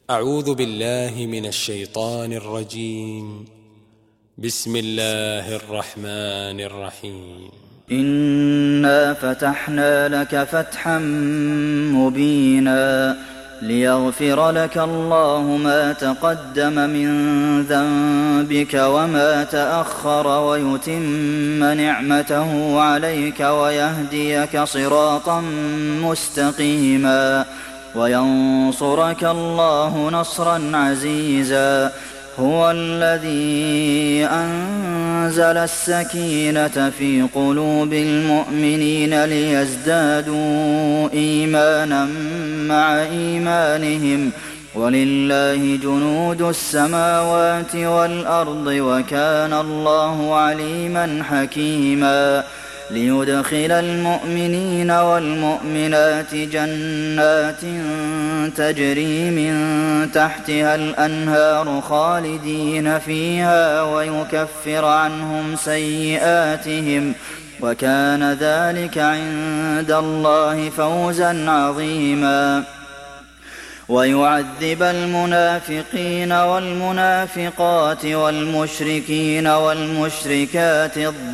أعوذ بالله من الشيطان الرجيم. بسم الله الرحمن الرحيم. إنا فتحنا لك فتحا مبينا ليغفر لك الله ما تقدم من ذنبك وما تأخر ويتم نعمته عليك ويهديك صراطا مستقيما وينصرك الله نصرا عزيزا. هو الذي أنزل السكينة في قلوب المؤمنين ليزدادوا إيمانا مع إيمانهم ولله جنود السماوات والأرض وكان الله عليما حكيما. ليدخل المؤمنين والمؤمنات جنات تجري من تحتها الأنهار خالدين فيها ويكفر عنهم سيئاتهم وكان ذلك عند الله فوزا عظيما. ويعذب المنافقين والمنافقات والمشركين والمشركات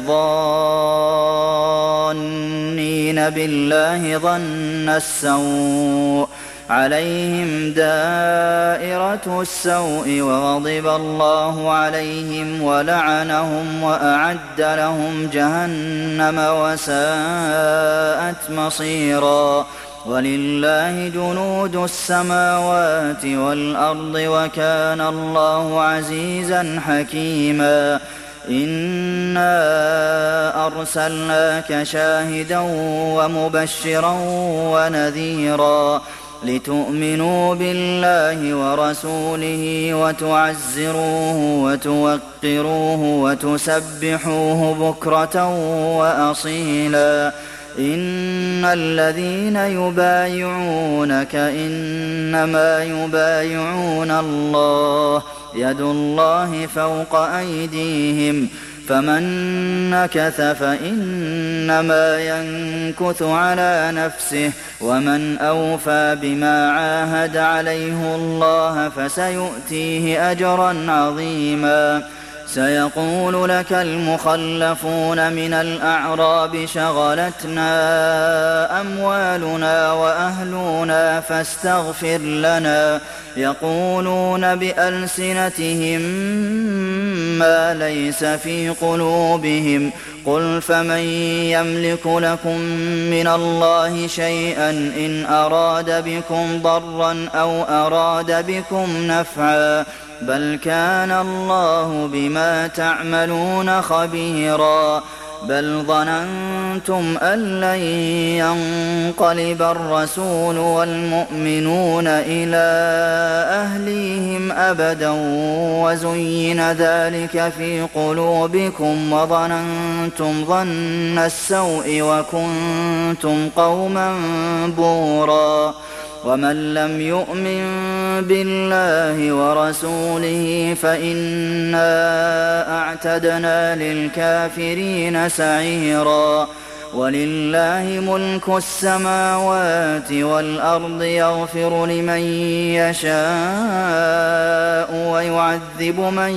الظانين بالله ظن السوء عليهم دائرة السوء وغضب الله عليهم ولعنهم وأعد لهم جهنم وساءت مصيرا. ولله جنود السماوات والأرض وكان الله عزيزا حكيما. إنا أرسلناك شاهدا ومبشرا ونذيرا لتؤمنوا بالله ورسوله وتعزروه وتوقروه وتسبحوه بكرة وأصيلا. إن الذين يبايعونك إنما يبايعون الله يد الله فوق أيديهم فمن نكث فإنما ينكث على نفسه ومن أوفى بما عاهد عليه الله فسيؤتيه أجرا عظيما. سيقول لك المخلفون من الأعراب شغلتنا أموالنا وأهلنا فاستغفر لنا يقولون بألسنتهم ما ليس في قلوبهم قل فمن يملك لكم من الله شيئا إن أراد بكم ضرا أو أراد بكم نفعا بل كان الله بما تعملون خبيرا. بل ظننتم أن لن ينقلب الرسول والمؤمنون إلى أهليهم أبدا وزين ذلك في قلوبكم وظننتم ظن السوء وكنتم قوما بورا. ومن لم يؤمن بالله ورسوله فإنا أعتدنا للكافرين سعيرا. ولله ملك السماوات والأرض يغفر لمن يشاء ويعذب من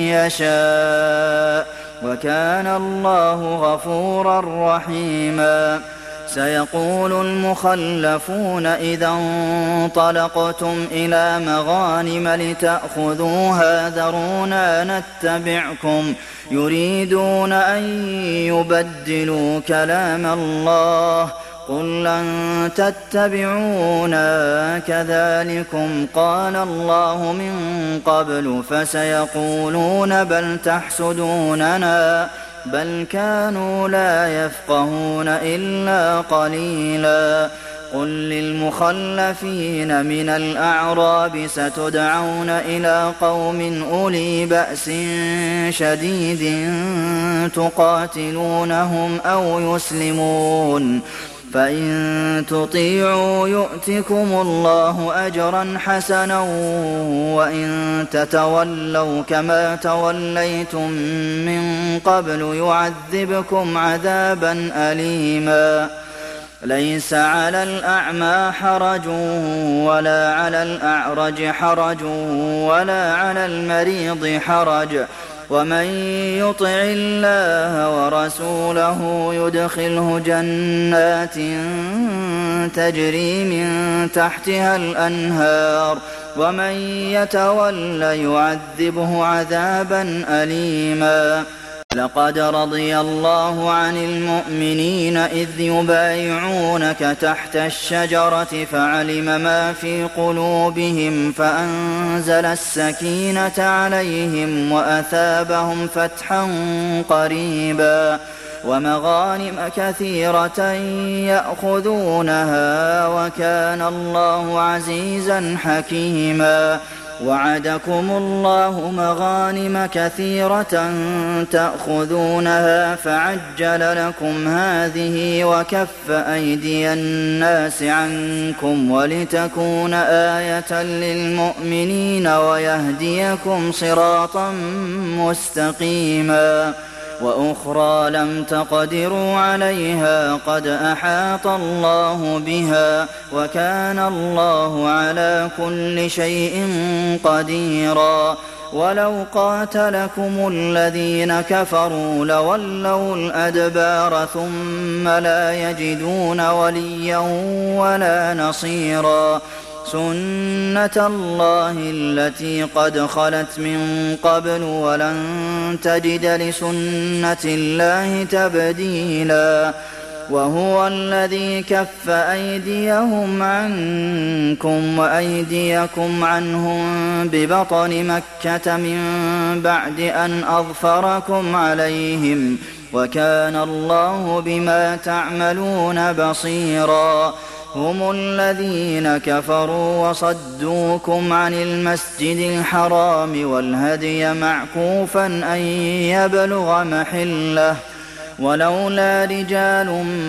يشاء وكان الله غفورا رحيما. سيقول المخلفون إذا انطلقتم إلى مغانم لتأخذوها ذرونا نتبعكم يريدون أن يبدلوا كلام الله قل لن تتبعونا كذلكم قال الله من قبل فسيقولون بل تحسدوننا بل كانوا لا يفقهون إلا قليلا. قل للمخلفين من الأعراب ستدعون إلى قوم أولي بأس شديد تقاتلونهم أو يسلمون فإن تطيعوا يؤتكم الله أجرا حسنا وإن تتولوا كما توليتم من قبل يعذبكم عذابا أليما. ليس على الأعمى حرج ولا على الأعرج حرج ولا على المريض حرج ومن يطع الله ورسوله يدخله جنات تجري من تحتها الأنهار ومن يتول يعذبه عذابا أليما لقد رضي الله عن المؤمنين إذ يبايعونك تحت الشجرة فعلم ما في قلوبهم فأنزل السكينة عليهم وأثابهم فتحا قريبا ومغانم كثيرة يأخذونها وكان الله عزيزا حكيما وعدكم الله مغانم كثيرة تأخذونها فعجل لكم هذه وكف أيدي الناس عنكم ولتكون آية للمؤمنين ويهديكم صراطا مستقيما وأخرى لم تقدروا عليها قد أحاط الله بها وكان الله على كل شيء قديرا ولو قاتلكم الذين كفروا لولوا الأدبار ثم لا يجدون وليا ولا نصيرا سنة الله التي قد خلت من قبل ولن تجد لسنة الله تبديلا وهو الذي كف أيديهم عنكم وأيديكم عنهم ببطن مكة من بعد أن أظفركم عليهم وكان الله بما تعملون بصيرا هم الذين كفروا وصدوكم عن المسجد الحرام والهدي معكوفا أن يبلغ محله ولولا رجال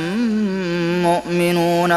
مؤمنون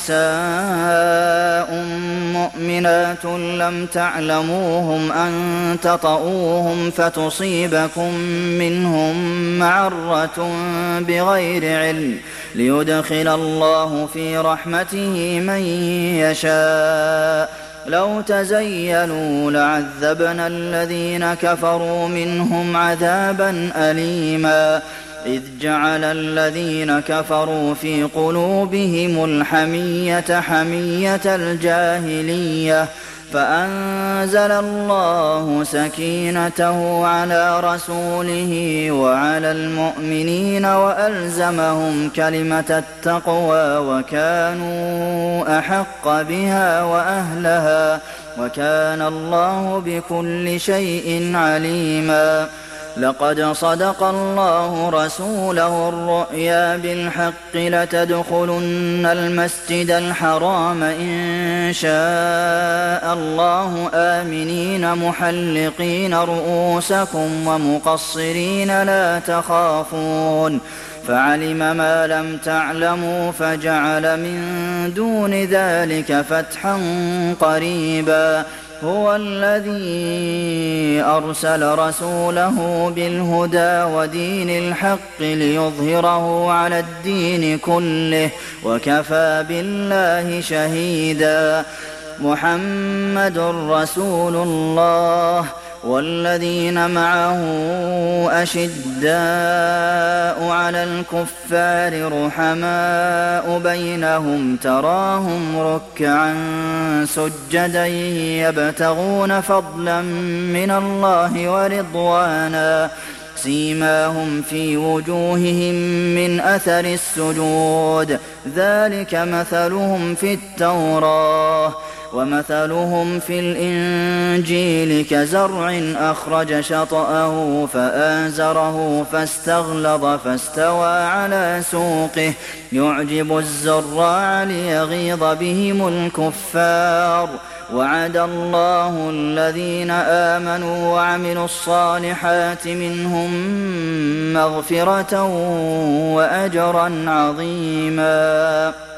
ونساء مؤمنات لم تعلموهم أن تطؤوهم فتصيبكم منهم معرة بغير علم ليدخل الله في رحمته من يشاء لو تزيلوا لعذبنا الذين كفروا منهم عذابا أليما إذ جعل الذين كفروا في قلوبهم الحمية حمية الجاهلية فأنزل الله سكينته على رسوله وعلى المؤمنين وألزمهم كلمة التقوى وكانوا أحق بها وأهلها وكان الله بكل شيء عليما لقد صدق الله رسوله الرؤيا بالحق لتدخلن المسجد الحرام إن شاء الله آمنين محلقين رؤوسكم ومقصرين لا تخافون فعلم ما لم تعلموا فجعل من دون ذلك فتحا قريبا هو الذي أرسل رسوله بالهدى ودين الحق ليظهره على الدين كله وكفى بالله شهيدا محمد رسول الله والذين معه أشداء على الكفار رحماء بينهم تراهم ركعا سجدا يبتغون فضلا من الله ورضوانا سيماهم في وجوههم من أثر السجود ذلك مثلهم في التوراة ومثلهم في الإنجيل كزرع أخرج شطأه فآزره فاستغلظ فاستوى على سوقه يعجب الزراع ليغيظ بهم الكفار وعد الله الذين آمنوا وعملوا الصالحات منهم مغفرة وأجرا عظيما